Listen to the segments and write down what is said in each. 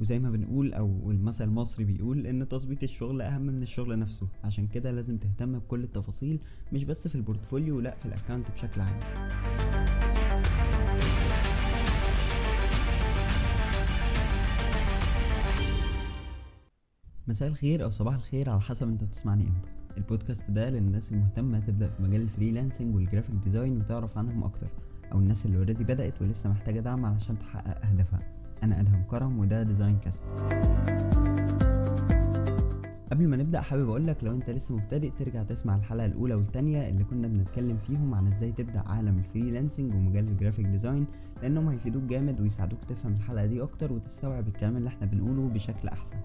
وزي ما بنقول او المثل المصري بيقول ان تظبيط الشغل اهم من الشغل نفسه، عشان كده لازم تهتم بكل التفاصيل، مش بس في البورتفوليو، لا في الاكونت بشكل عام. مساء الخير او صباح الخير على حسب انت بتسمعني امتى. البودكاست ده للناس المهتمه تبدا في مجال الفريلانسنج والجرافيك ديزاين وتعرف عنهم اكتر، او الناس اللي اوريدي بدات ولسه محتاجه دعم علشان تحقق اهدافها. انا ادهم كرم وده ديزاين كاست. قبل ما نبدا حابب اقول لك لو انت لسه مبتدئ ترجع تسمع الحلقه الاولى والثانيه اللي كنا بنتكلم فيهم عن ازاي تبدا عالم الفريلانسنج ومجال الجرافيك ديزاين، لانهم هيفيدوك جامد ويساعدوك تفهم الحلقه دي اكتر وتستوعب الكلام اللي احنا بنقوله بشكل احسن.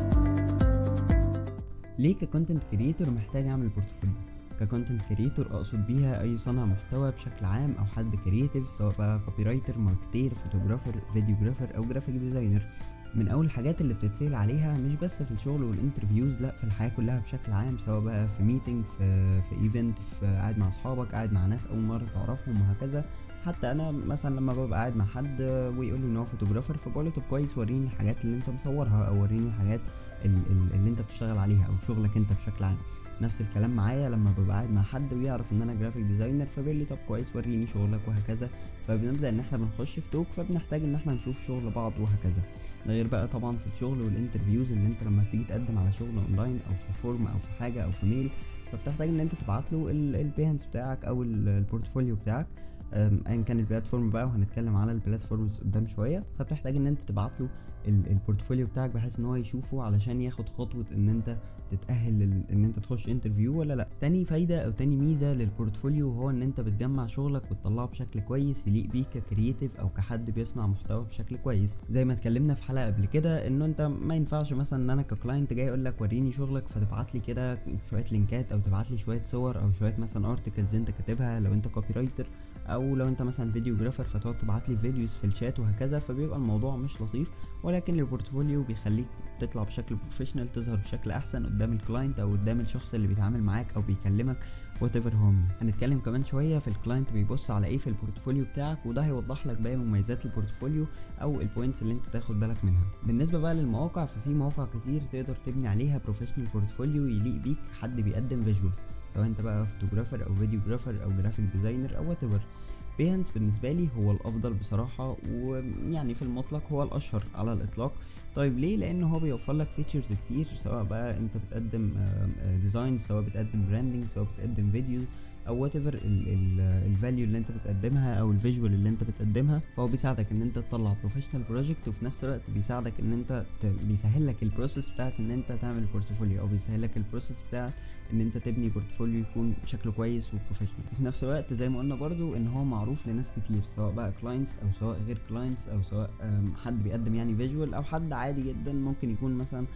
ليه ككونتنت كريتور محتاج اعمل بورتفوليو؟ ككونتنت كريتور اقصد بيها اي صانع محتوى بشكل عام او حد كرييتيف، سواء بقى كوبي رايتر، ماركتير، فوتوغرافر، فيديوغرافر او جرافيك ديزاينر. من اول الحاجات اللي بتتسأل عليها مش بس في الشغل والانترفيوز، لا في الحياة كلها بشكل عام، سواء بقى في ميتنج، في ايفنت، في قاعد مع اصحابك، قاعد مع ناس اول مرة تعرفهم وهكذا. حتى انا مثلا لما ببقى قاعد مع حد ويقول لي ان هو فوتوغرافر، فبقول له طب كويس وريني الحاجات اللي انت مصورها، او وريني الحاجات اللي انت بتشتغل عليها او شغلك انت بشكل عام. نفس الكلام معايا لما ببقى قاعد مع حد ويعرف ان انا جرافيك ديزاينر، فبيقول لي طب كويس وريني شغلك وهكذا. فبنبدا ان احنا بنخش في توك، فبنحتاج ان احنا نشوف شغل بعض وهكذا. ده غير بقى طبعا في الشغل والانترفيوز ان انت لما بتيجي تقدم على شغل اونلاين او في فورم او في حاجه او في ميل، فبتحتاج ان انت تبعت له البيهنس بتاعك او البورتفوليو بتاعك، ايا كان البلاتفورم بقى، وهنتكلم على البلاتفورمز قدام شويه. فبتحتاج ان انت تبعت له البورتفوليو بتاعك بحيث ان هو يشوفه علشان ياخد خطوه ان انت تتاهل ان انت تخش انترفيو ولا لا. تاني فايده او تاني ميزه للبورتفوليو هو ان انت بتجمع شغلك وتطلعه بشكل كويس يليق بيك ككرييتيف او كحد بيصنع محتوى بشكل كويس. زي ما اتكلمنا في حلقه قبل كده انه انت ما ينفعش مثلا ان انا ككلاينت جاي اقول لك وريني شغلك فتبعت لي كده شويه لينكات او تبعت لي شويه صور او شويه مثلا ارتكلز انت كاتبها لو انت كوبي رايتر، او لو انت مثلا فيديوغرافر فتقعد تبعت لي فيديوز في الشات وهكذا. فبيبقى الموضوع مش لطيف، ولكن البورتفوليو بيخليك تطلع بشكل بروفيشنال، تظهر بشكل احسن قدام الكلاينت او قدام الشخص اللي بيتعامل معاك او بيكلمك whatever هو مين. هنتكلم كمان شويه في الكلاينت بيبص على ايه في البورتفوليو بتاعك، وده هيوضح لك باقي مميزات البورتفوليو او البوينتس اللي انت تاخد بالك منها. بالنسبه بقى للمواقع، ففي مواقع كتير تقدر تبني عليها بروفيشنال بورتفوليو يليق بيك، حد بيقدم فيجوالز، سواء انت بقى فوتوغرافر او فيديوغرافر او جرافيك ديزاينر او whatever. بيهانس بالنسبه لي هو الافضل بصراحه، ويعني في المطلق هو الاشهر على الاطلاق. طيب ليه؟ لان هو بيوفر لك فيتشرز كتير، سواء بقى انت بتقدم ديزاين، سواء بتقدم براندنج، سواء بتقدم فيديوز او وات ايفر الفاليو اللي انت بتقدمها او الفيجوال اللي انت بتقدمها. فهو بيساعدك ان انت تطلع بروفيشنال بروجكت، وفي نفس الوقت بيساعدك ان انت بيسهل لك البروسيس بتاعت ان انت تعمل بورتفوليو، او بيسهل لك البروسيس بتاعت ان انت تبني بورتفوليو يكون شكله كويس وبروفيشنال. وفي نفس الوقت زي ما قلنا برضو ان هو معروف لناس كتير، سواء بقى كلاينتس او سواء غير كلاينتس، او سواء حد بيقدم يعني فيجوال، او حد عادي جدا ممكن يكون مثلا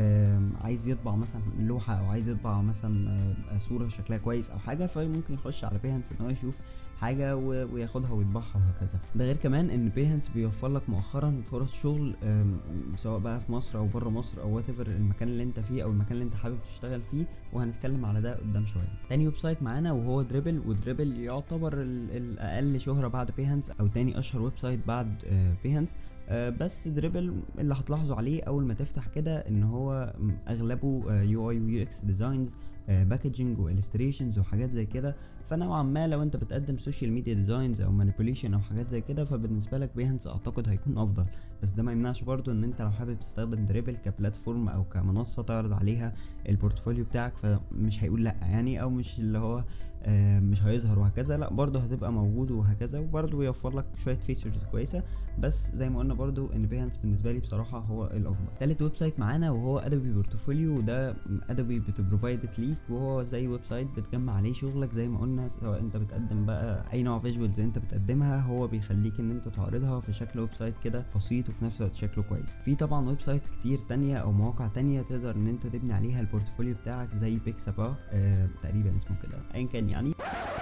عايز يطبع مثلا لوحة، او عايز يطبع مثلا صورة شكلها كويس او حاجة، فممكن يخش على بيهانس ان هو يشوف حاجة وياخدها ويطبعها وهكذا. ده غير كمان ان بيهانس بيوفر لك مؤخرا فرص شغل، سواء بقى في مصر او بره مصر او whatever المكان اللي انت فيه او المكان اللي انت حابب تشتغل فيه، وهنتكلم على ده قدام شوية. تاني ويب سايت معانا وهو دريبل، ودريبل يعتبر الاقل شهرة بعد بيهانس، او تاني اشهر ويب سايت بعد بيهانس. بس دريبل اللي هتلاحظوا عليه اول ما تفتح كده ان هو اغلبه يو اي ويو اكس ديزاينز، باكجينج والستريشنز وحاجات زي كده. فنوعا ما لو انت بتقدم سوشيال ميديا ديزاينز او مانيبيوليشن او حاجات زي كده، فبالنسبه لك بيهانس اعتقد هيكون افضل. بس ده ما يمنعش برضو ان انت لو حابب تستخدم دريبل كبلاتفورم او كمنصه تعرض عليها البورتفوليو بتاعك، فمش هيقول لا يعني، او مش اللي هو مش هيظهر وهكذا، لا برضو هتبقى موجود وهكذا، وبرضو بيوفر لك شويه فيتشرز كويسه. بس زي ما قلنا برضو ان بيهانس بالنسبه لي بصراحه هو الافضل. تالت ويب سايت معانا وهو ادوبي بورتفوليو، وده ادوبي بتبروفايدت ليك، وهو زي ويب سايت بتجمع عليه شغلك زي ما قلنا، سواء انت بتقدم بقى اي نوع فيجوالز انت بتقدمها، هو بيخليك ان انت تعرضها في شكل ويب سايت كده بسيط وفي نفس الوقت شكله كويس. في طبعا ويب سايتس كتير تانية او مواقع تانية تقدر ان انت تبني عليها البورتفوليو بتاعك، زي بيكسابا تقريبا اسمه كده، ايا كان يعني.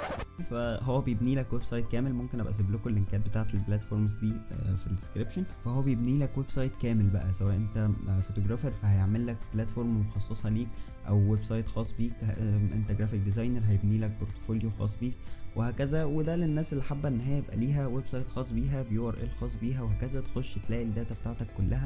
فهو بيبني لك ويب سايت كامل، ممكن ابقى اسيب لكم اللينكات بتاعت البلاتفورمز دي في الديسكربشن. فهو بيبني لك ويب سايت كامل بقى، سواء انت فوتوغرافر فهيعمل لك بلاتفورم مخصصه ليك او ويب سايت خاص بيك، انت جرافيك ديزاينر هيبني لك بورتفوليو خاص بيك وهكذا. وده للناس اللي حابه ان هي يبقى ليها ويب سايت خاص بيها، بي ار ال خاص بيها وهكذا، تخش تلاقي الداتا بتاعتك كلها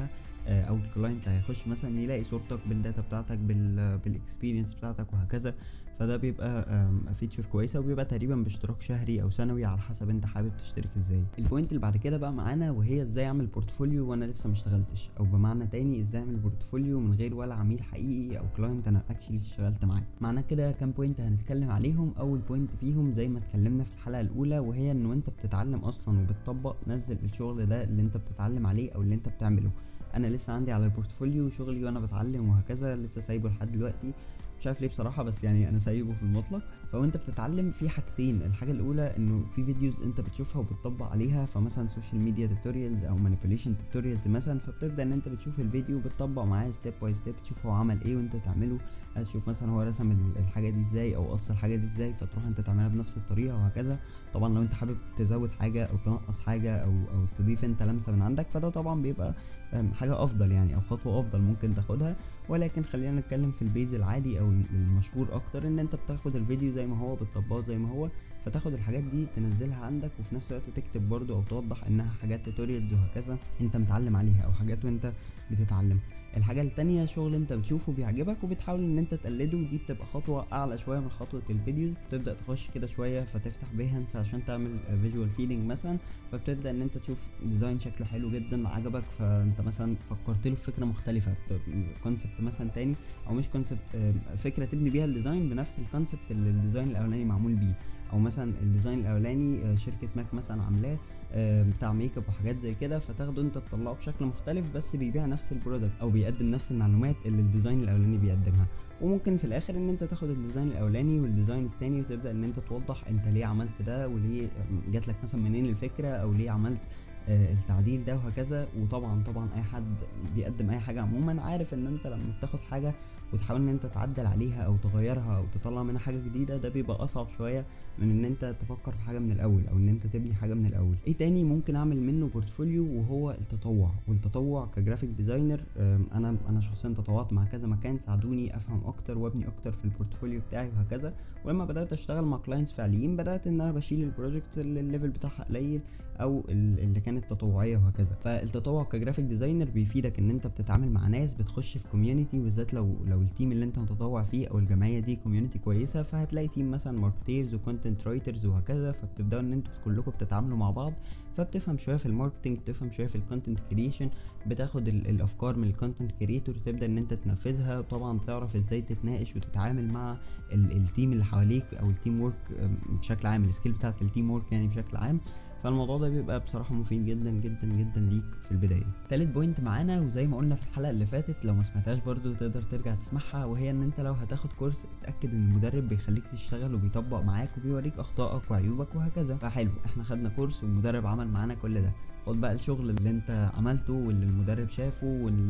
او الكلاينت هيخش مثلا يلاقي صورتك بالداتا بتاعتك بالاكسبيرينس بتاعتك وهكذا. فده بيبقى فيتشر كويسه، وبيبقى تقريبا باشتراك شهري او سنوي على حسب انت حابب تشترك ازاي. البوينت اللي بعد كده بقى معانا وهي ازاي اعمل بورتفوليو وانا لسه مشتغلتش، او بمعنى تاني ازاي اعمل بورتفوليو من غير ولا عميل حقيقي او كلاينت انا اكشلي اشتغلت معاه. معانا كده كام بوينت هنتكلم عليهم. اول بوينت فيهم زي ما اتكلمنا في الحلقه الاولى، وهي ان انت بتتعلم اصلا وبتطبق، نزل الشغل ده اللي انت بتتعلم عليه او اللي انت بتعمله. انا لسه عندي على البورتفوليو شغلي وانا بتعلم وهكذا، لسه سايبه لحد دلوقتي، مش عارف ليه بصراحه، بس يعني انا سايبه في المطلق. فوانت بتتعلم في حاجتين، الحاجه الاولى انه في فيديوز انت بتشوفها وبتطبق عليها، فمثلا سوشيال ميديا توتوريالز او مانيبيوليشن توتوريالز مثلا، فبتبدا ان انت بتشوف الفيديو وبتطبق معاه ستيب باي ستيب، تشوف هو عمل ايه وانت تعمله، تشوف مثلا هو رسم الحاجه دي ازاي او قص الحاجه دي ازاي، فتروح انت تعملها بنفس الطريقه وهكذا. طبعا لو انت حابب تزود حاجه او تنقص حاجه او تضيف انت لمسه من عندك، فده طبعا بيبقى حاجه افضل يعني، او خطوه افضل ممكن تاخدها. ولكن خلينا نتكلم في البيز العادي او المشهور اكتر، ان انت بتاخد الفيديو زي ما هو، بتطبقه زي ما هو، فتاخد الحاجات دي تنزلها عندك، وفي نفس الوقت تكتب برضو او توضح انها حاجات توتوريالز وهكذا انت متعلم عليها، او حاجات وانت بتتعلم. الحاجه التانية شغل انت بتشوفه بيعجبك وبتحاول ان انت تقلده، ودي بتبقى خطوه اعلى شويه من خطوه الفيديوز. تبدا تخش كده شويه فتفتح بيهانس عشان تعمل فيجوال فيدنج مثلا، فبتبدا ان انت تشوف ديزاين شكله حلو جدا عجبك، فانت مثلا فكرت له في فكره مختلفه، كونسبت مثلا تاني، او مش كونسبت، فكره تبني بيها الديزاين بنفس الكونسبت اللي الديزاين الاولاني معمول بيه. او مثلا الديزاين الاولاني شركه ماك مثلا عاملاه بتاع ميك اب وحاجات زي كده، فتاخده انت تطلعه بشكل مختلف بس بيبيع نفس البرودكت او بيقدم نفس المعلومات اللي الديزاين الاولاني بيقدمها. وممكن في الاخر ان انت تاخد الديزاين الاولاني والديزاين التاني، وتبدا ان انت توضح انت ليه عملت ده، وليه جات لك مثلا منين الفكره، او ليه عملت التعديل ده وهكذا. وطبعا اي حد بيقدم اي حاجه عموما عارف ان انت لما بتاخد حاجه وتحاول ان انت تعدل عليها او تغيرها او تطلع منها حاجه جديده، ده بيبقى اصعب شويه من ان انت تفكر في حاجه من الاول، او ان انت تبني حاجه من الاول. ايه تاني ممكن اعمل منه بورتفوليو؟ وهو التطوع. والتطوع كجرافيك ديزاينر، انا شخصيا تطوعت مع كذا مكان ساعدوني افهم اكتر وابني اكتر في البورتفوليو بتاعي وهكذا. ولما بدات اشتغل مع كلاينتس فعليين، بدات ان انا بشيل البروجكت اللي الليفل بتاعها قليل او اللي كانت تطوعيه وهكذا. فالتطوع كجرافيك ديزاينر بيفيدك ان انت بتتعامل مع ناس، بتخش في كوميونتي، وبالذات لو التيم اللي انت متطوع فيه او الجمعيه دي كوميونتي كويسه، فهتلاقي تيم مثلا ماركتيرز وكونتنت رايترز وهكذا، فبتبداوا ان انتوا كلكم بتتعاملوا مع بعض، فبتفهم شويه في الماركتنج، بتفهم شويه في الكونتنت كريشن، بتاخد الافكار من الكونتنت كريتور تبدا ان انت تنفذها. وطبعا تعرف ازاي تتناقش وتتعامل مع التيم اللي حواليك او التيم وورك بشكل عام، السكيل بتاعت التيم وورك يعني بشكل عام. فالموضوع ده بيبقى بصراحه مفيد جدا جدا جدا ليك في البدايه. تالت بوينت معانا، وزي ما قلنا في الحلقه اللي فاتت، لو ما سمعتهاش برضو تقدر ترجع تسمعها، وهي ان انت لو هتاخد كورس اتاكد ان المدرب بيخليك تشتغل وبيطبق معاك وبيوريك اخطائك وعيوبك وهكذا. فحلو، احنا خدنا كورس والمدرب عمل معانا كل ده، خد بقى الشغل اللي انت عملته واللي المدرب شافه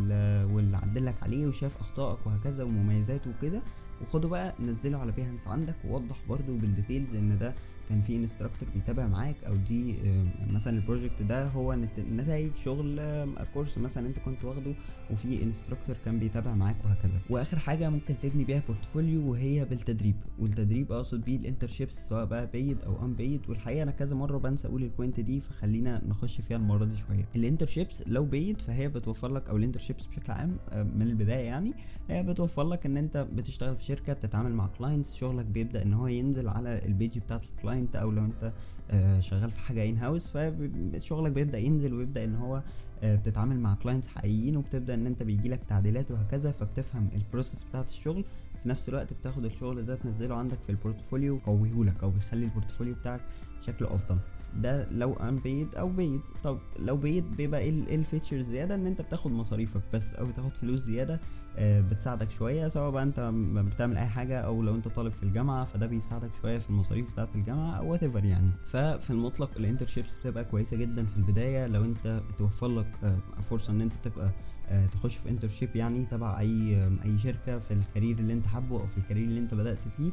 واللي عدلك عليه وشاف اخطائك وهكذا ومميزاته وكده، وخده بقى نزله على بيهانس عندك، ووضح برضو بالديتيلز ان ده كان في انستراكتور بيتابع معاك، او دي مثلا البروجكت ده هو نتائج شغل كورس مثلا انت كنت واخده وفي انستراكتور كان بيتابع معاك وهكذا. واخر حاجه ممكن تبني بيها بورتفوليو وهي بالتدريب. والتدريب اقصد بيه الانترشيبس، سواء بقى بايد او ان بايد. والحقيقه انا كذا مره بنسى اقول البوينت دي، فخلينا نخش فيها المره دي شويه. الانترشيبس لو بايد فهي بتوفر لك، او الانترشيبس بشكل عام من البدايه يعني، هي بتوفر لك ان انت بتشتغل في شركه، بتتعامل مع كلاينتس، شغلك بيبدا ان هو ينزل على البيج بتاعت الكلاينت، او لو انت شغال في حاجه ان هاوس فشغلك بيبدا ينزل، ويبدا ان هو بتتعامل مع كلاينتس حقيقيين، وبتبدا ان انت بيجيلك تعديلات وهكذا، فبتفهم البروسيس بتاعت الشغل. في نفس الوقت بتاخد الشغل ده تنزله عندك في البورتفوليو، يقويهولك او بيخلي البورتفوليو بتاعك شكله افضل. ده لو ان بيد او بيد. طب لو بيد بيبقى ايه الفيتشرز زياده؟ ان انت بتاخد مصاريفك بس، او تاخد فلوس زياده بتساعدك شويه، سواء بقى انت بتعمل اي حاجه، او لو انت طالب في الجامعه فده بيساعدك شويه في المصاريف بتاعه الجامعه او وات ايفر يعني. ففي المطلق الانترشيبس بتبقى كويسه جدا في البدايه، لو انت بتوفر لك فرصه ان انت تبقى تخش في انترشيب يعني تبع اي شركه في الكارير اللي انت حابه او في الكارير اللي انت بدات فيه.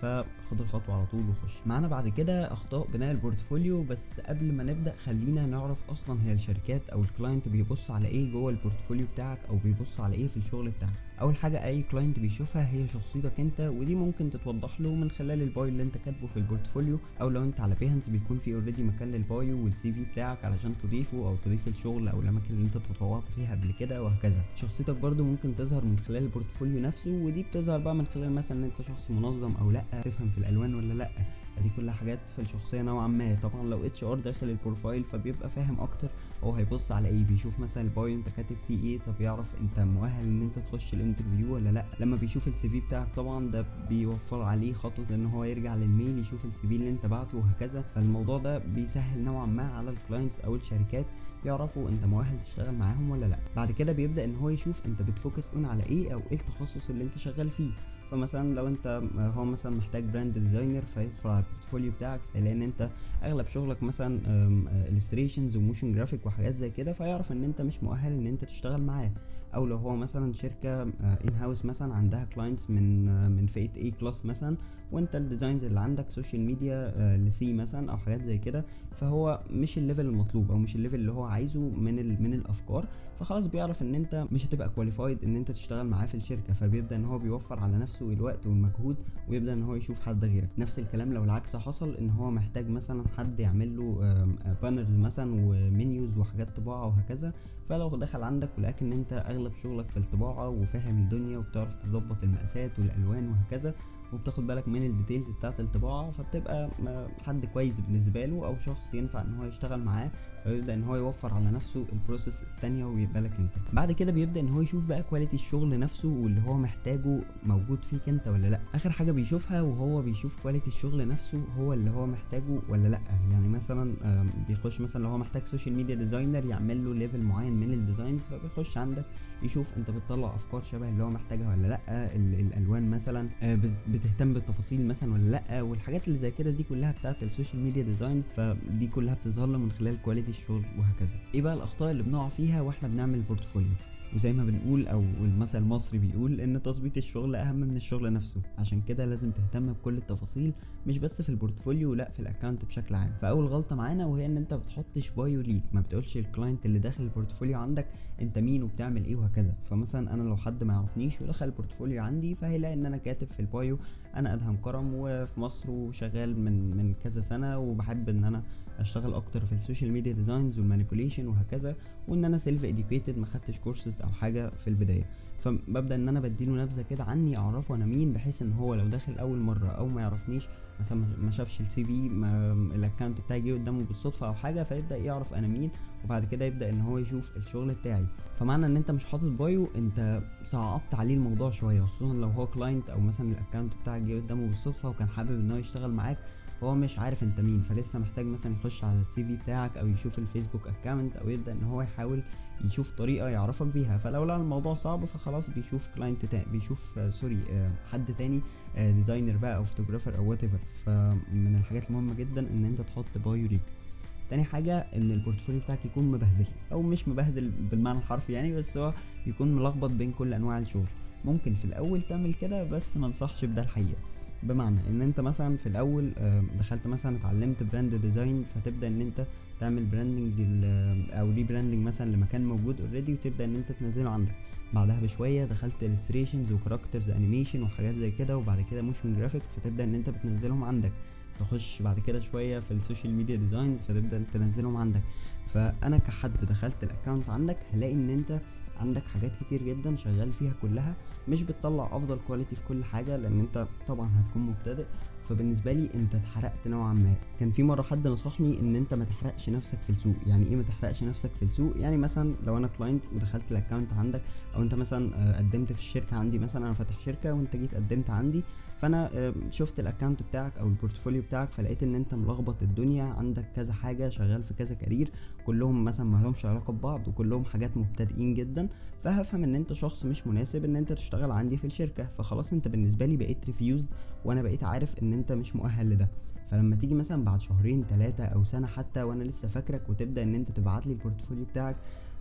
فخد الخطوه على طول وخش معانا. بعد كده اخطاء بناء البورتفوليو. بس قبل ما نبدا خلينا نعرف اصلا هي الشركات او الكلاينت بيبص على ايه جوه البورتفوليو بتاعك او بيبص على ايه في الشغل بتاعك. اول حاجه اي كلاينت بيشوفها هي شخصيتك انت، ودي ممكن تتوضح له من خلال البايو اللي انت كاتبه في البورتفوليو، او لو انت على بيهنس بيكون في اوريدي مكان للبايو والسي في بتاعك علشان تضيفه او تضيف الشغل او الاماكن اللي انت تطوعت فيها قبل كده وهكذا. شخصيتك برضو ممكن تظهر من خلال البورتفوليو نفسه، ودي بتظهر بقى من خلال مثلا ان انت شخص منظم او لا، تفهم في الالوان ولا لا. دي كلها حاجات في الشخصيه نوعا ما. طبعا لو اتش ار داخل البروفايل فبيبقى فاهم اكتر، هو هيبص على ايه، بيشوف مثلا البايو انت كاتب فيه ايه، طب يعرف انت مؤهل ان انت تخش الانترفيو ولا لا. لما بيشوف السي في بتاعك طبعا ده بيوفر عليه خطوه ان هو يرجع للميل يشوف السي في اللي انت بعته وهكذا. فالموضوع ده بيسهل نوعا ما على الكلاينتس او الشركات يعرفوا انت مؤهل تشتغل معاهم ولا لا. بعد كده بيبدا ان هو يشوف انت بتفوكس اون على ايه او ايه التخصص اللي انت شغال فيه. فمثلا لو انت هو مثلا محتاج براند ديزاينر فيدخل على البورتفوليو بتاعك فيلاقي ان انت اغلب شغلك مثلا الستريشنز وموشن جرافيك وحاجات زي كده، فيعرف ان انت مش مؤهل ان انت تشتغل معاه. او لو هو مثلا شركه ان هاوس مثلا عندها كلاينتس من فئه اي كلاس مثلا، وانت الديزاينز اللي عندك سوشيال ميديا لسي مثلا او حاجات زي كده، فهو مش الليفل المطلوب او مش الليفل اللي هو عايزه من الافكار، فخلاص بيعرف ان انت مش هتبقى كواليفايد ان انت تشتغل معاه في الشركه، فبيبدا ان هو بيوفر على نفسه الوقت والمجهود ويبدا ان هو يشوف حد غيرك. نفس الكلام لو العكس حصل، ان هو محتاج مثلا حد يعمل له بانرز مثلا ومنيوز وحاجات طباعه وهكذا، فلو دخل عندك ولكن انت اغلب شغلك في الطباعه وفاهم الدنيا وبتعرف تظبط المقاسات والالوان وهكذا وبتاخد بالك من الديتيلز بتاعه الطباعه، فبتبقى حد كويس بالنسبه له او شخص ينفع ان هو يشتغل معاه، فيبدا ان هو يوفر على نفسه البروسيس التانية ويبقى لك انت. بعد كده بيبدا ان هو يشوف بقى كواليتي الشغل نفسه واللي هو محتاجه موجود فيك انت ولا لا. اخر حاجه بيشوفها وهو بيشوف كواليتي الشغل نفسه هو اللي هو محتاجه ولا لا. يعني مثلا بيخش مثلا لو هو محتاج سوشيال ميديا ديزاينر يعمل له ليفل معين من الديزاينز، فبيخش عندك يشوف انت بتطلع افكار شبه اللي هو محتاجها ولا لا، الالوان مثلا بتهتم بالتفاصيل مثلا ولا لا، والحاجات اللي زي كده دي كلها بتاعت السوشيال ميديا ديزاينز، فدي كلها بتظهر له من خلال كواليتي الشغل وهكذا. ايه بقى الاخطاء اللي بنقع فيها واحنا بنعمل البورتفوليو؟ وزي ما بنقول او المثل المصري بيقول ان تظبيط الشغل اهم من الشغل نفسه، عشان كده لازم تهتم بكل التفاصيل مش بس في البورتفوليو لا في الاكونت بشكل عام. فاول غلطه معانا وهي ان انت بتحطش بايو ليك، ما بتقولش الكلاينت اللي داخل البورتفوليو عندك انت مين وبتعمل ايه وهكذا. فمثلا انا لو حد ما يعرفنيش ودخل البورتفوليو عندي فهيلاقي ان انا كاتب في البايو انا ادهم كرم وفي مصر وشغال من كذا سنه وبحب ان انا اشتغل اكتر في السوشيال ميديا ديزاينز والمانيبيوليشن وهكذا، وان انا سيلف اديوكيتد ما خدتش كورسز او حاجه في البدايه. فببدا ان انا بديله نبذه كده عني اعرفه انا مين، بحيث ان هو لو داخل اول مره او ما يعرفنيش مثلا ما شافش السي في الاكونت بتاعي جه قدامه بالصدفه او حاجه، فيبدا يعرف انا مين وبعد كده يبدا ان هو يشوف الشغل بتاعي. فمعنى ان انت مش حاطط بايو انت صعبت عليه الموضوع شويه، خصوصا لو هو كلاينت او مثلا الاكونت بتاعك جه قدامه بالصدفه وكان حابب ان هو يشتغل معاك، فهو مش عارف انت مين، فلسه محتاج مثلا يخش على السي في بتاعك او يشوف الفيسبوك اكونت او يبدا ان هو يحاول يشوف طريقه يعرفك بيها. فلو لقى الموضوع صعب فخلاص بيشوف كلاينت تاني، بيشوف حد تاني ديزاينر بقى او فوتوغرافر او وات ايفر. فمن الحاجات المهمه جدا ان انت تحط بايو ليك. تاني حاجه ان البورتفوليو بتاعك يكون مبهدل او مش مبهدل بالمعنى الحرفي يعني، بس هو يكون ملخبط بين كل انواع الشغل. ممكن في الاول تعمل كده بس ما انصحش بده الحقيقه. بمعنى ان انت مثلا في الاول دخلت مثلا اتعلمت براند ديزاين، فتبدا ان انت تعمل براندنج او ري براندنج مثلا لمكان موجود اوريدي وتبدا ان انت تنزله عندك. بعدها بشويه دخلت illustrations وكاركترز انيميشن وحاجات زي كده، وبعد كده موشن جرافيك فتبدا ان انت بتنزلهم عندك. تخش بعد كده شويه في السوشيال ميديا ديزاينز فتبدا انت تنزلهم عندك. فانا كحد دخلت الاكونت عندك هلاقي ان انت عندك حاجات كتير جدا شغال فيها كلها مش بتطلع افضل كواليتي في كل حاجه، لان انت طبعا هتكون مبتدئ. فبالنسبه لي انت اتحرقت نوعا ما. كان في مره حد نصحني ان انت ما تحرقش نفسك في السوق. يعني ايه ما تحرقش نفسك في السوق؟ يعني مثلا لو انا كلاينت ودخلت الاكونت عندك او انت مثلا قدمت في الشركه عندي، مثلا انا فاتح شركه وانت جيت قدمت عندي، فانا شفت الاكونت بتاعك او البورتفوليو بتاعك فلقيت ان انت ملخبط الدنيا، عندك كذا حاجه شغال في كذا كارير كلهم مثلا ما لهمش علاقه ببعض وكلهم حاجات مبتدئين جدا، فهفهم ان انت شخص مش مناسب ان انت تشتغل عندي في الشركه. فخلاص انت بالنسبه لي بقيت ريفيوزد وانا بقيت عارف ان انت مش مؤهل لده. فلما تيجي مثلا بعد شهرين 3 او سنه حتى وانا لسه فاكرك وتبدا ان انت تبعت لي البورتفوليو بتاعك،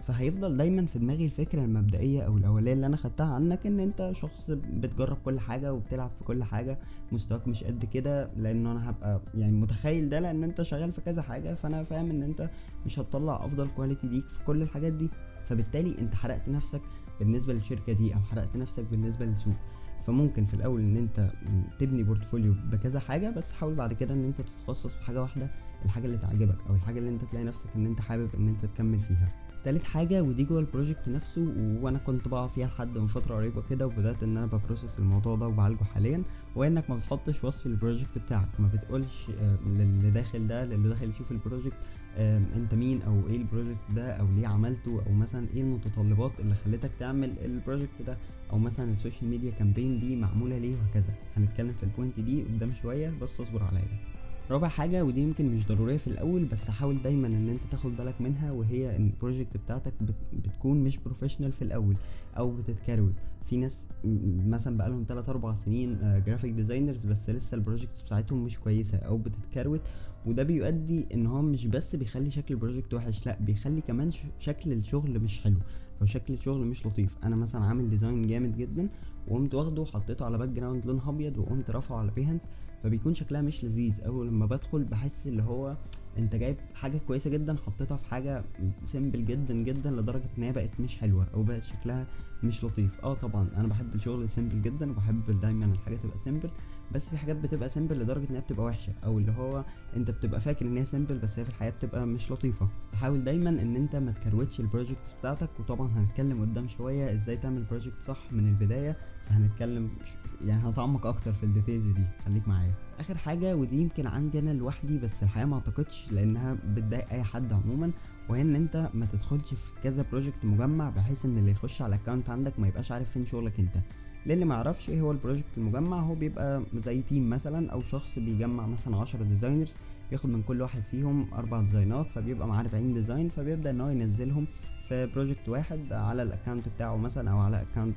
فهيفضل دايما في دماغي الفكره المبدئيه او الاوليه اللي انا خدتها عنك، ان انت شخص بتجرب كل حاجه وبتلعب في كل حاجه، مستواك مش قد كده، لانه انا هبقى يعني متخيل ده لان انت شغال في كذا حاجه، فانا فاهم ان انت مش هتطلع افضل كواليتي ليك في كل الحاجات دي. فبالتالي انت حرقت نفسك بالنسبه للشركه دي، او حرقت نفسك بالنسبه للسوق. فممكن في الاول ان انت تبني بورتفوليو بكذا حاجه، بس حاول بعد كده ان انت تتخصص في حاجه واحده، الحاجه اللي تعجبك او الحاجه اللي انت تلاقي نفسك ان انت حابب ان انت تكمل فيها. تالت حاجه ودي جوه البروجكت نفسه، وانا كنت بقع فيها لحد من فتره قريبه كده، وبدات ان انا ببروسس الموضوع ده وبعالجه حاليا، وانك ما بتحطش وصف البروجكت بتاعك، ما بتقولش للي داخل ده، للي داخل يشوف البروجكت انت مين، او ايه البروجكت ده، او ليه عملته، او مثلا ايه المتطلبات اللي خلتك تعمل البروجكت ده، او مثلا السوشيال ميديا كامبين دي معموله ليه، وهكذا. هنتكلم في البوينت دي قدام شويه، بس اصبر عليا. رابع حاجة ودي يمكن مش ضرورية في الأول، بس حاول دايما ان انت تاخد بالك منها، وهي ان البروجكت بتاعتك بتكون مش بروفيشنال في الأول، او بتتكروت. في ناس مثلا بقالهم 3-4 سنين جرافيك ديزاينرز، بس لسه البروجكتس بتاعتهم مش كويسة او بتتكروت، وده بيؤدي ان هو مش بس بيخلي شكل البروجكت وحش، لا بيخلي كمان شكل الشغل مش حلو، او شكل الشغل مش لطيف. انا مثلا عامل ديزاين جامد جدا، وقمت واخده وحطيته على باك جراوند لونها ابيض، وقمت رافعه على بيهانس، فبيكون شكلها مش لذيذ. اول لما بدخل بحس اللي هو انت جايب حاجه كويسه جدا حطيتها في حاجه سيمبل جدا جدا، لدرجه ان هي بقت مش حلوه او بقت شكلها مش لطيف. طبعا انا بحب الشغل السيمبل جدا، وبحب دايما الحاجه تبقى سيمبل، بس في حاجات بتبقى سيمبل لدرجه ان هي بتبقى وحشه، او اللي هو انت بتبقى لكن ان هي سيمبل بس هي في الحقيقه بتبقى مش لطيفه. حاول دايما ان انت ما تكروتش البروجكتس بتاعتك، وطبعا هنتكلم قدام شويه ازاي تعمل بروجكت صح من البدايه، فهنتكلم يعني هنتعمق اكتر في الديتيلز دي، خليك معايا. اخر حاجه ودي يمكن عندي انا لوحدي، بس الحقيقه ما اعتقدش لانها بتضايق اي حد عموما، وهي ان انت ما تدخلش في كذا بروجكت مجمع، بحيث ان اللي يخش على الاكونت عندك ما يبقاش عارف فين شغلك انت. للي ما يعرفش ايه هو البروجكت المجمع، هو بيبقى زي تيم مثلا، او شخص بيجمع مثلا 10 ديزاينرز، ياخد من كل واحد فيهم 4 ديزاينات، فبيبقى معاه 40 ديزاين، فبيبدا ان هو ينزلهم في بروجكت واحد على الاكونت بتاعه مثلا، او على اكونت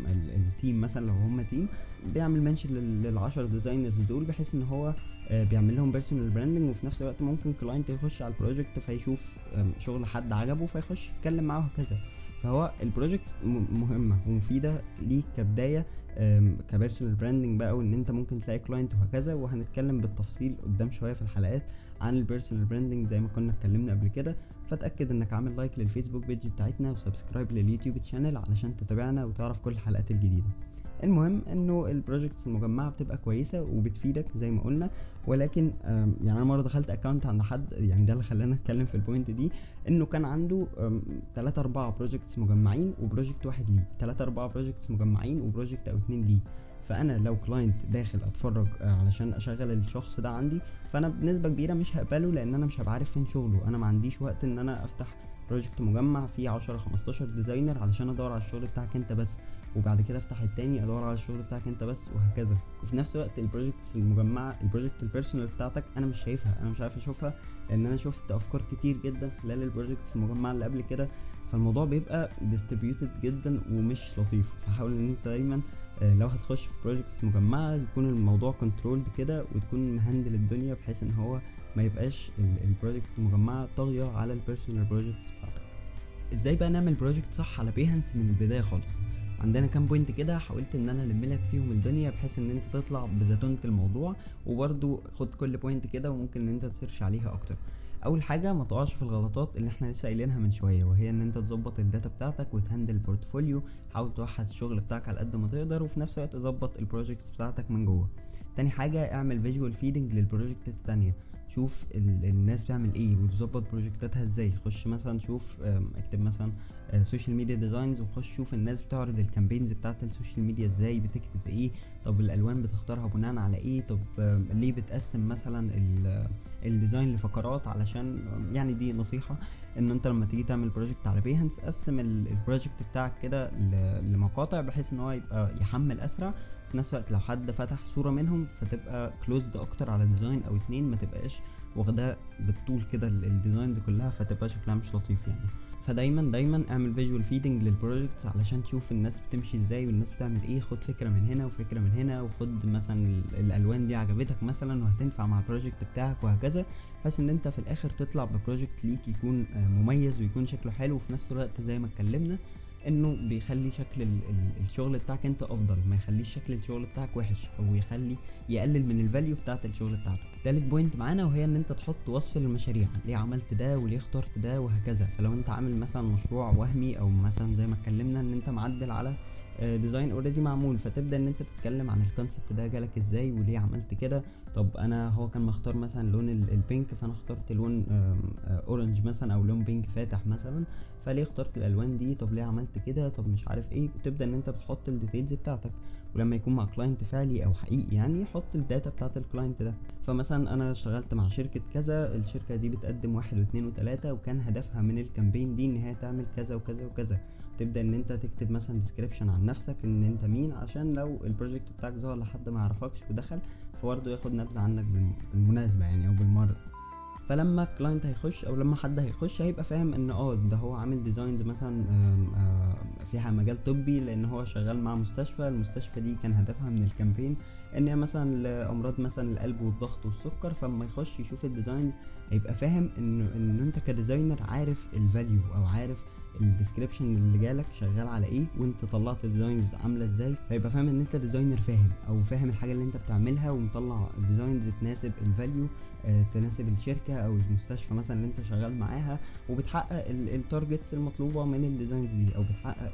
التيم مثلا لو هم تيم. بيعمل منشن لل10 ديزاينرز دول، بحيث ان هو بيعمل لهم بيرسونال براندنج، وفي نفس الوقت ممكن كلاينت يخش على البروجكت فيشوف شغل حد عجبه فيخش يتكلم معاه وهكذا. فهو البروجكت مهمه ومفيده ليك كبدايه كبيرسونال براندنج بقى، وان انت ممكن تلاقي كلاينت وهكذا. وهنتكلم بالتفصيل قدام شويه في الحلقات عن البيرسونال براندنج زي ما كنا اتكلمنا قبل كده. فتاكد انك عامل لايك للفيسبوك بيج بتاعتنا، وسبسكرايب لليوتيوب تشانل علشان تتابعنا وتعرف كل الحلقات الجديده. المهم انه البروجكتس المجمعه بتبقى كويسه وبتفيدك زي ما قلنا، ولكن يعني انا مره دخلت اكونت عند حد، يعني ده اللي خلاني اتكلم في البوينت دي، انه كان عنده 3-4 بروجكتس مجمعين وبروجكت واحد ليه، 3-4 بروجكتس مجمعين وبروجكت او 2 ليه. فانا لو كلاينت داخل اتفرج علشان اشغل الشخص ده عندي، فانا بنسبه كبيره مش هقبله، لان انا مش هبقى عارف فين شغله. انا ما عنديش وقت ان انا افتح بروجكت مجمع فيه 10-15 ديزاينر علشان ادور على الشغل بتاعك انت بس، وبعد كده افتح التاني ادور على الشغل بتاعك انت بس، وهكذا. وفي نفس الوقت البروجكتس المجمعه، البروجكت البيرسونال بتاعتك انا مش شايفها، انا مش عارف اشوفها، لان انا شفت افكار كتير جدا خلال البروجكتس المجمعه اللي قبل كده، فالموضوع بيبقى ديستريبيوتد جدا ومش لطيف. فحاول ان انت دايما لو هتخش في بروجكتس مجمعه يكون الموضوع كنترولد كده، وتكون مهندل الدنيا بحيث ان هو ما يبقاش البروجكتس المجمعه طاغيه على البيرسونال بروجكتس بتاعتك. ازاي بقى نعمل بروجكت صح على بيهانس من البدايه خالص؟ عندنا كام بوينت كده حاولت ان انا الملك فيهم الدنيا، بحيث ان انت تطلع بزتونة الموضوع، وبرده خد كل بوينت كده وممكن ان انت تسيرش عليها اكتر. اول حاجه ما تقعش في الغلطات اللي احنا لسه قايلينها من شويه، وهي ان انت تظبط الداتا بتاعتك وتهندل البورتفوليو، حاول توحد الشغل بتاعك على قد ما تقدر، وفي نفس الوقت تظبط البروجكتس بتاعتك من جوه. تاني حاجه اعمل فيجوال فيدنج للبروجكتات التانية، شوف الناس بتعمل ايه وتظبط بروجكتاتها ازاي. خش مثلا شوف اكتب مثلا سوشيال ميديا ديزاينز، وخش شوف الناس بتعرض الكامبينز بتاعت السوشيال ميديا ازاي، بتكتب ايه، طب الالوان بتختارها بناء على ايه، طب ليه بتقسم مثلا الديزاين لفقرات. علشان يعني دي نصيحة، ان انت لما تيجي تعمل بروجكت على بيهانس قسم البروجكت بتاعك كده لمقاطع، بحيث ان هو يبقى يحمل اسرع. في نفس الوقت لو حد فتح صورة منهم فتبقى كلوزد اكتر على ديزاين او 2، ما تبقاش واخدها بالطول كده الديزاينز كلها، فتبقى شكلها مش لطيف يعني. فدايما اعمل فيجوال فيدنج للبروجكتس علشان تشوف الناس بتمشي ازاي والناس بتعمل ايه. خد فكره من هنا وفكره من هنا، وخد مثلا الالوان دي عجبتك مثلا وهتنفع مع البروجكت بتاعك وهكذا، بحيث ان انت في الاخر تطلع ببروجكت ليك يكون مميز ويكون شكله حلو، وفي نفس الوقت زي ما اتكلمنا انه بيخلي شكل الشغل بتاعك انت افضل، ما يخليش شكل الشغل بتاعك وحش او يقلل من الفاليو بتاعت الشغل بتاعتك. تالت بوينت معانا وهي ان انت تحط وصف للمشاريع، ليه عملت ده وليه اخترت ده وهكذا. فلو انت عامل مثلا مشروع وهمي او مثلا زي ما اتكلمنا ان انت معدل على ديزاين اوريدي معمول، فتبدا ان انت تتكلم عن الكونسبت ده جالك ازاي وليه عملت كده. طب هو كان مختار مثلا لون البينك، فانا اخترت لون اورنج مثلا او لون بينك فاتح مثلا، فليه اخترت الالوان دي، طب ليه عملت كده، طب مش عارف ايه. وتبدا ان انت بتحط الديتيلز بتاعتك، ولما يكون مع كلاينت فعلي او حقيقي يعني حط الداتا بتاعت الكلاينت ده. فمثلا انا اشتغلت مع شركة كذا، الشركة دي بتقدم 1 و2 و3، وكان هدفها من الكامبين دي ان هي تعمل كذا وكذا وكذا. تبدا ان انت تكتب مثلا ديسكريبشن عن نفسك ان انت مين، عشان لو البروجكت بتاعك ظهر لحد ما يعرفكش ودخل فبرضه ياخد نبذة عنك بالمناسبة يعني او بالمرة. فلما كلاينت هيخش او لما حد هيخش هيبقى فاهم ان ده هو عامل ديزاينز مثلا فيها مجال طبي، لان هو شغال مع مستشفى. المستشفى دي كان هدفها من الكامبين ان هي مثلا لامراض مثلا القلب والضغط والسكر. فلما يخش يشوف الديزاين هيبقى فاهم ان انت كديزاينر عارف الفاليو او عارف الديسكريبشن اللي جالك شغال على ايه، وانت طلعت ديزاينز عامله ازاي. فيبقى فاهم ان انت ديزاينر فاهم او فاهم الحاجه اللي انت بتعملها، ومطلع ديزاينز تناسب الفاليو، تناسب الشركه او المستشفى مثلا اللي انت شغال معاها، وبتحقق التارجتس المطلوبه من الديزاينز دي، او بتحقق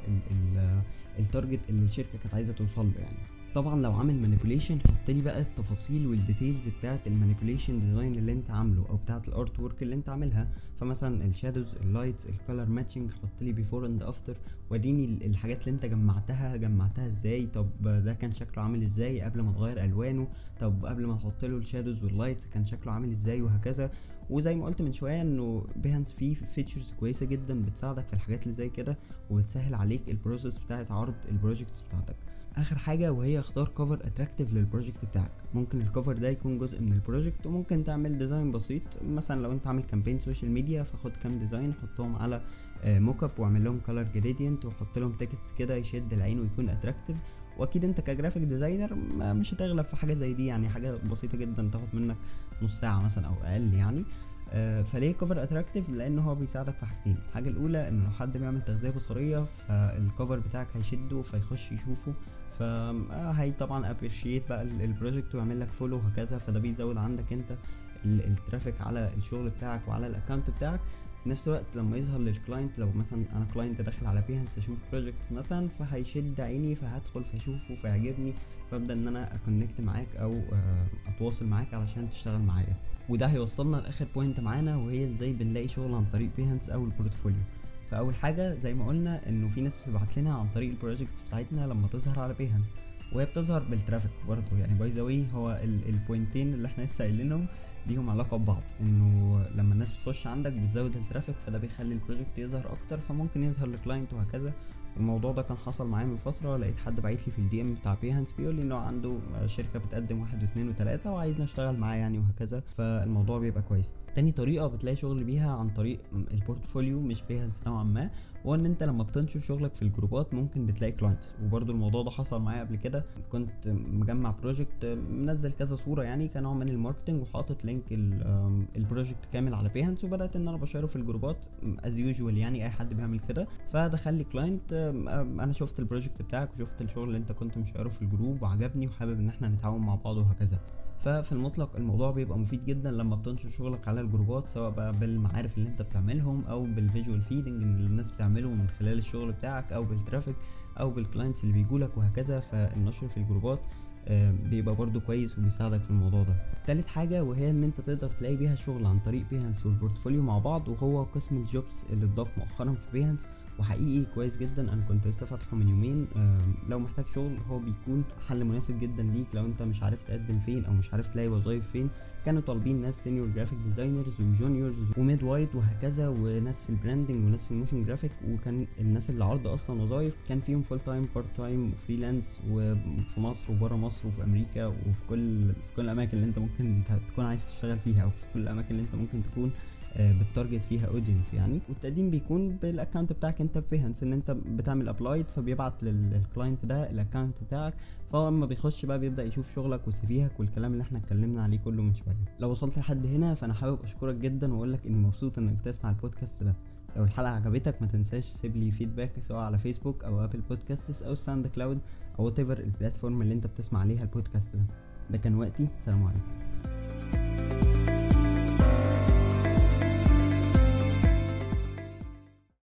التارجت اللي الشركه كانت عايزه توصل له يعني. طبعا لو عامل مانيبيوليشن حط لي بقى التفاصيل والديتيلز بتاعه المانيبيوليشن ديزاين اللي انت عامله او بتاعه الارت ورك اللي انت عاملها. فمثلا الشادوز، اللايتس، الكالر ماتشنج، حط لي بيفور اند افتر، وريني الحاجات اللي انت جمعتها ازاي. طب ده كان شكله عامل ازاي قبل ما تغير الوانه، طب قبل ما تحط له الشادوز واللايتس كان شكله عامل ازاي وهكذا. وزي ما قلت من شويه انه بيهانس فيه فيتشرز كويسه جدا بتساعدك في الحاجات اللي زي كده، وبتسهل عليك البروسيس بتاعه عرض البروجكتس بتاعتك. اخر حاجه وهي اختار كفر اتراكتيف للبروجكت بتاعك. ممكن الكفر ده يكون جزء من البروجكت، وممكن تعمل ديزاين بسيط. مثلا لو انت عامل كامبين سوشيال ميديا فخد كام ديزاين حطهم على موك اب واعمل لهم كلر جريدينت وحط لهم تكست كده يشد العين ويكون اتراكتيف. واكيد انت كجرافيك ديزاينر مش هتغلب في حاجه زي دي، يعني حاجه بسيطه جدا تاخد منك نص ساعه مثلا او اقل يعني. فليه كفر اتراكتيف؟ لان هو بيساعدك في حاجتين. الحاجه الاولى ان لو حد بيعمل تغذيه بصريه فالكفر بتاعك هيشده فيخش يشوفه، فهي طبعا ابريشيت بقى البروجكت ويعمل لك فولو وهكذا. فده بيزود عندك انت الترافيك على الشغل بتاعك وعلى الاكونت بتاعك. في نفس الوقت لما يظهر للكلاينت، لو مثلا انا كلاينت داخل على بيهانس اشوف بروجكتس مثلا، فهيشد عيني فهدخل فاشوفه فيعجبني، فابدا ان انا اكونكت معاك او اتواصل معاك علشان تشتغل معايا. وده هيوصلنا لاخر بوينت معانا وهي ازاي بنلاقي شغل عن طريق بيهانس او البورتفوليو. فاول حاجه زي ما قلنا انه في ناس بتبعت لنا عن طريق البروجكتس بتاعتنا لما تظهر على بيهانس، وهي بتظهر بالترافيك برضه يعني. باي ذا واي هو البوينتين اللي احنا لسه قايلينهم ليهم علاقه ببعض، انه لما الناس بتخش عندك بتزود الترافيك فده بيخلي البروجكت يظهر اكتر، فممكن يظهر لكلاينت وهكذا. الموضوع ده كان حصل معايا من فتره، لقيت حد باعت لي في الدي ام بتاع بيهانس بيقول لي انه عنده شركه بتقدم 1 و2 و3 وعايزني اشتغل معاه يعني وهكذا. فالموضوع بيبقى كويس. تاني طريقه بتلاقي شغل بيها عن طريق البورتفوليو مش بيهانس نوعا ما، هو ان انت لما بتنشر شغلك في الجروبات ممكن بتلاقي كلاينتس. وبرده الموضوع ده حصل معايا قبل كده، كنت مجمع بروجكت منزل كذا صوره يعني كنوع من الماركتنج، وحاطط لينك البروجكت كامل على بيهانس، وبدات ان انا بشيره في الجروبات از يوجوال يعني اي حد بيعمل كده. فدخل لي كلاينت انا شفت البروجكت بتاعك وشفت الشغل اللي انت كنت مشيره في الجروب وعجبني وحابب ان احنا نتعاون مع بعض وهكذا. ففي المطلق الموضوع بيبقى مفيد جدا لما بتنشر شغلك على الجروبات، سواء بقى بالمعارف اللي انت بتعملهم او بالفيجوال فيدنج اللي الناس بتعمله من خلال الشغل بتاعك او بالترافيك او بالكلاينتس اللي بيجولك وهكذا. فالنشر في الجروبات بيبقى برضو كويس وبيساعدك في الموضوع ده. تالت حاجة وهي ان انت تقدر تلاقي بيها شغل عن طريق بيهانس والبورتفوليو مع بعض، وهو قسم الجوبس اللي اتضاف مؤخرا في بيهانس، وحقيقي كويس جدا. انا كنت لسه فاتحه من يومين. لو محتاج شغل هو بيكون حل مناسب جدا ليك لو انت مش عارف تقدم فين او مش عارف تلاقي وظايف فين. كانوا طالبين ناس سينيور جرافيك ديزاينرز وجونيورز وميد وايت وهكذا، وناس في البراندنج وناس في الموشن جرافيك. وكان الناس اللي عرض اصلا وظايف كان فيهم فول تايم بارت تايم وفريلانس، وفي مصر وبره مصر وفي امريكا وفي كل الاماكن اللي انت ممكن تكون عايز تشتغل فيها، او في كل الاماكن اللي انت ممكن تكون بتارجت فيها اودينس يعني. والتقديم بيكون بالاكونت بتاعك انت في بيهانس، ان انت بتعمل ابلايد فبيبعت للكلاينت ده الاكونت بتاعك، فهو اما بيخش بقى بيبدا يشوف شغلك وسيفيهك والكلام اللي احنا اتكلمنا عليه كله من شويه. لو وصلت لحد هنا فانا حابب اشكرك جدا واقول لك اني مبسوط انك تسمع البودكاست ده. لو الحلقه عجبتك ما تنساش تسيب لي فيدباك سواء على فيسبوك او ابل بودكاست او ساوند كلاود او وات ايفر البلاتفورم اللي انت بتسمع عليها البودكاست ده. ده كان وقتي، سلام عليكم.